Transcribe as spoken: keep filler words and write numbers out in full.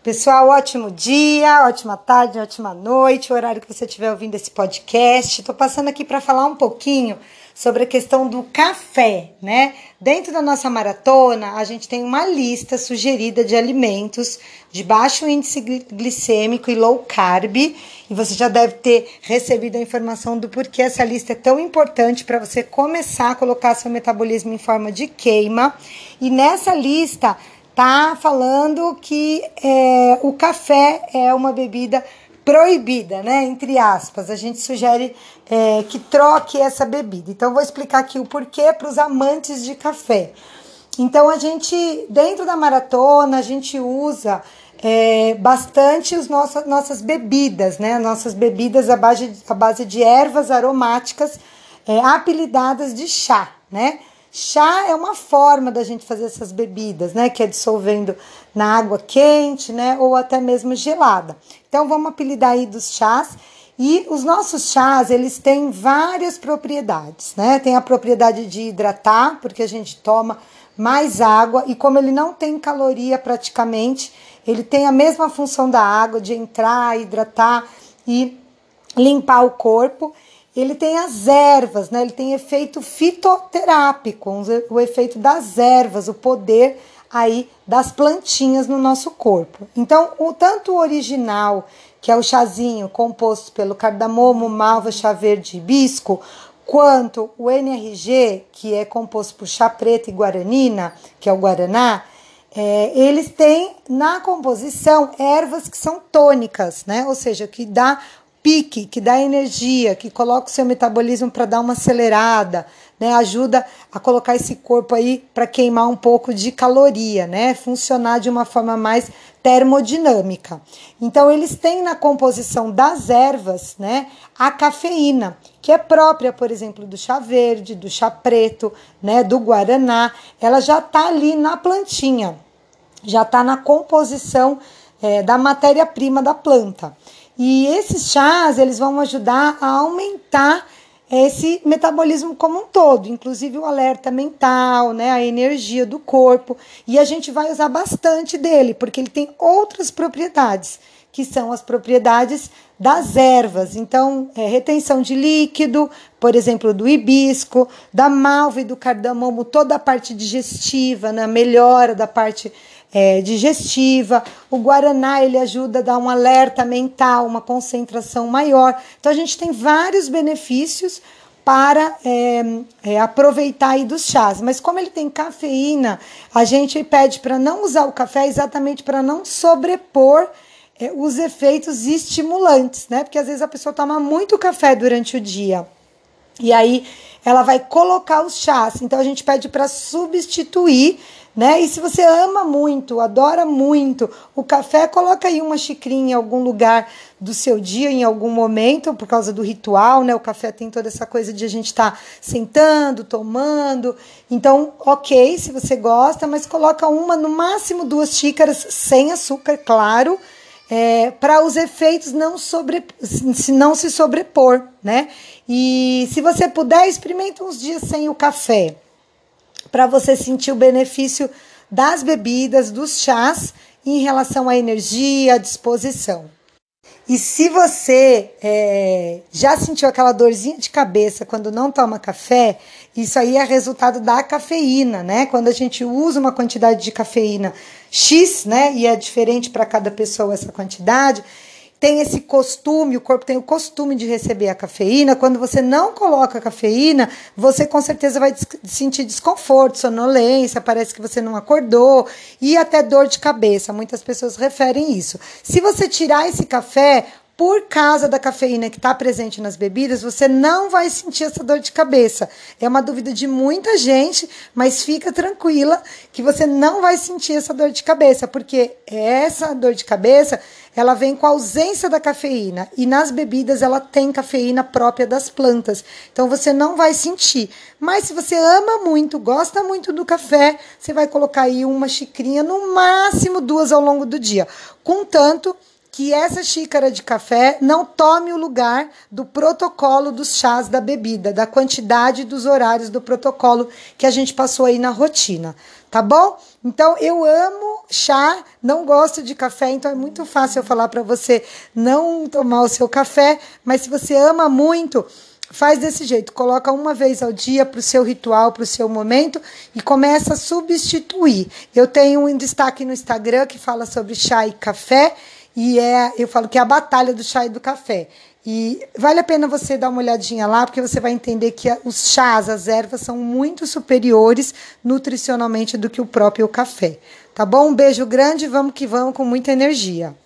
Pessoal, ótimo dia, ótima tarde, ótima noite, o horário que você estiver ouvindo esse podcast. Estou passando aqui para falar um pouquinho sobre a questão do café, né? Dentro da nossa maratona, a gente tem uma lista sugerida de alimentos de baixo índice glicêmico e low carb, e você já deve ter recebido a informação do porquê essa lista é tão importante para você começar a colocar seu metabolismo em forma de queima. E nessa lista tá falando que é, o café é uma bebida proibida, né? Entre aspas, a gente sugere é, que troque essa bebida. Então, vou explicar aqui o porquê para os amantes de café. Então, a gente, dentro da maratona, a gente usa é, bastante as nossas, nossas bebidas, né? Nossas bebidas à base, à base de ervas aromáticas é, apelidadas de chá, né? Chá é uma forma da gente fazer essas bebidas, né? Que é dissolvendo na água quente, né? Ou até mesmo gelada. Então, vamos apelidar aí dos chás. E os nossos chás, eles têm várias propriedades, né? Tem a propriedade de hidratar, porque a gente toma mais água. E como ele não tem caloria praticamente, ele tem a mesma função da água, de entrar, hidratar e limpar o corpo. Ele tem as ervas, né? Ele tem efeito fitoterápico, o efeito das ervas, o poder aí das plantinhas no nosso corpo. Então, o tanto o original, que é o chazinho composto pelo cardamomo, malva, chá verde e hibisco, quanto o N R G, que é composto por chá preto e guaranina, que é o guaraná, é, eles têm na composição ervas que são tônicas, né? Ou seja, que dá pique, que dá energia, que coloca o seu metabolismo para dar uma acelerada, né? Ajuda a colocar esse corpo aí para queimar um pouco de caloria, né? Funcionar de uma forma mais termodinâmica. Então, eles têm na composição das ervas, né, a cafeína, que é própria, por exemplo, do chá verde, do chá preto, né, do guaraná. Ela já está ali na plantinha, já está na composição é, da matéria-prima da planta. E esses chás, eles vão ajudar a aumentar esse metabolismo como um todo, inclusive o alerta mental, né, a energia do corpo. E a gente vai usar bastante dele, porque ele tem outras propriedades, que são as propriedades das ervas. Então, é, retenção de líquido, por exemplo, do hibisco, da malva e do cardamomo, toda a parte digestiva, né, melhora da parte É, digestiva. O guaraná, ele ajuda a dar um alerta mental, uma concentração maior. Então, a gente tem vários benefícios para é, é, aproveitar aí dos chás. Mas como ele tem cafeína, a gente pede para não usar o café exatamente para não sobrepor é, os efeitos estimulantes, né? Porque às vezes a pessoa toma muito café durante o dia e aí ela vai colocar os chás. Então, a gente pede para substituir, né? E se você ama muito, adora muito o café, coloca aí uma xicrinha em algum lugar do seu dia, em algum momento, por causa do ritual, né? O café tem toda essa coisa de a gente estar tá sentando, tomando. Então, ok, se você gosta, mas coloca uma, no máximo duas xícaras, sem açúcar, claro, é, para os efeitos não, sobre, não se sobrepor, né? E se você puder, experimenta uns dias sem o café, para você sentir o benefício das bebidas, dos chás, em relação à energia, à disposição. E se você é, já sentiu aquela dorzinha de cabeça quando não toma café, isso aí é resultado da cafeína, né? Quando a gente usa uma quantidade de cafeína X, né? E é diferente para cada pessoa essa quantidade, tem esse costume, o corpo tem o costume de receber a cafeína. Quando você não coloca a cafeína, você com certeza vai sentir desconforto, sonolência, parece que você não acordou e até dor de cabeça. Muitas pessoas referem isso. Se você tirar esse café, por causa da cafeína que está presente nas bebidas, você não vai sentir essa dor de cabeça. É uma dúvida de muita gente, mas fica tranquila que você não vai sentir essa dor de cabeça, porque essa dor de cabeça, ela vem com a ausência da cafeína, e nas bebidas ela tem cafeína própria das plantas, então você não vai sentir. Mas se você ama muito, gosta muito do café, você vai colocar aí uma xicrinha, no máximo duas ao longo do dia, contanto que essa xícara de café não tome o lugar do protocolo dos chás da bebida, da quantidade dos horários do protocolo que a gente passou aí na rotina, tá bom? Então, eu amo chá, não gosto de café, então é muito fácil eu falar para você não tomar o seu café, mas se você ama muito, faz desse jeito, coloca uma vez ao dia para o seu ritual, para o seu momento e começa a substituir. Eu tenho um destaque no Instagram que fala sobre chá e café e é, eu falo que é a batalha do chá e do café. E vale a pena você dar uma olhadinha lá, porque você vai entender que os chás, as ervas, são muito superiores nutricionalmente do que o próprio café. Tá bom? Um beijo grande, vamos que vamos com muita energia.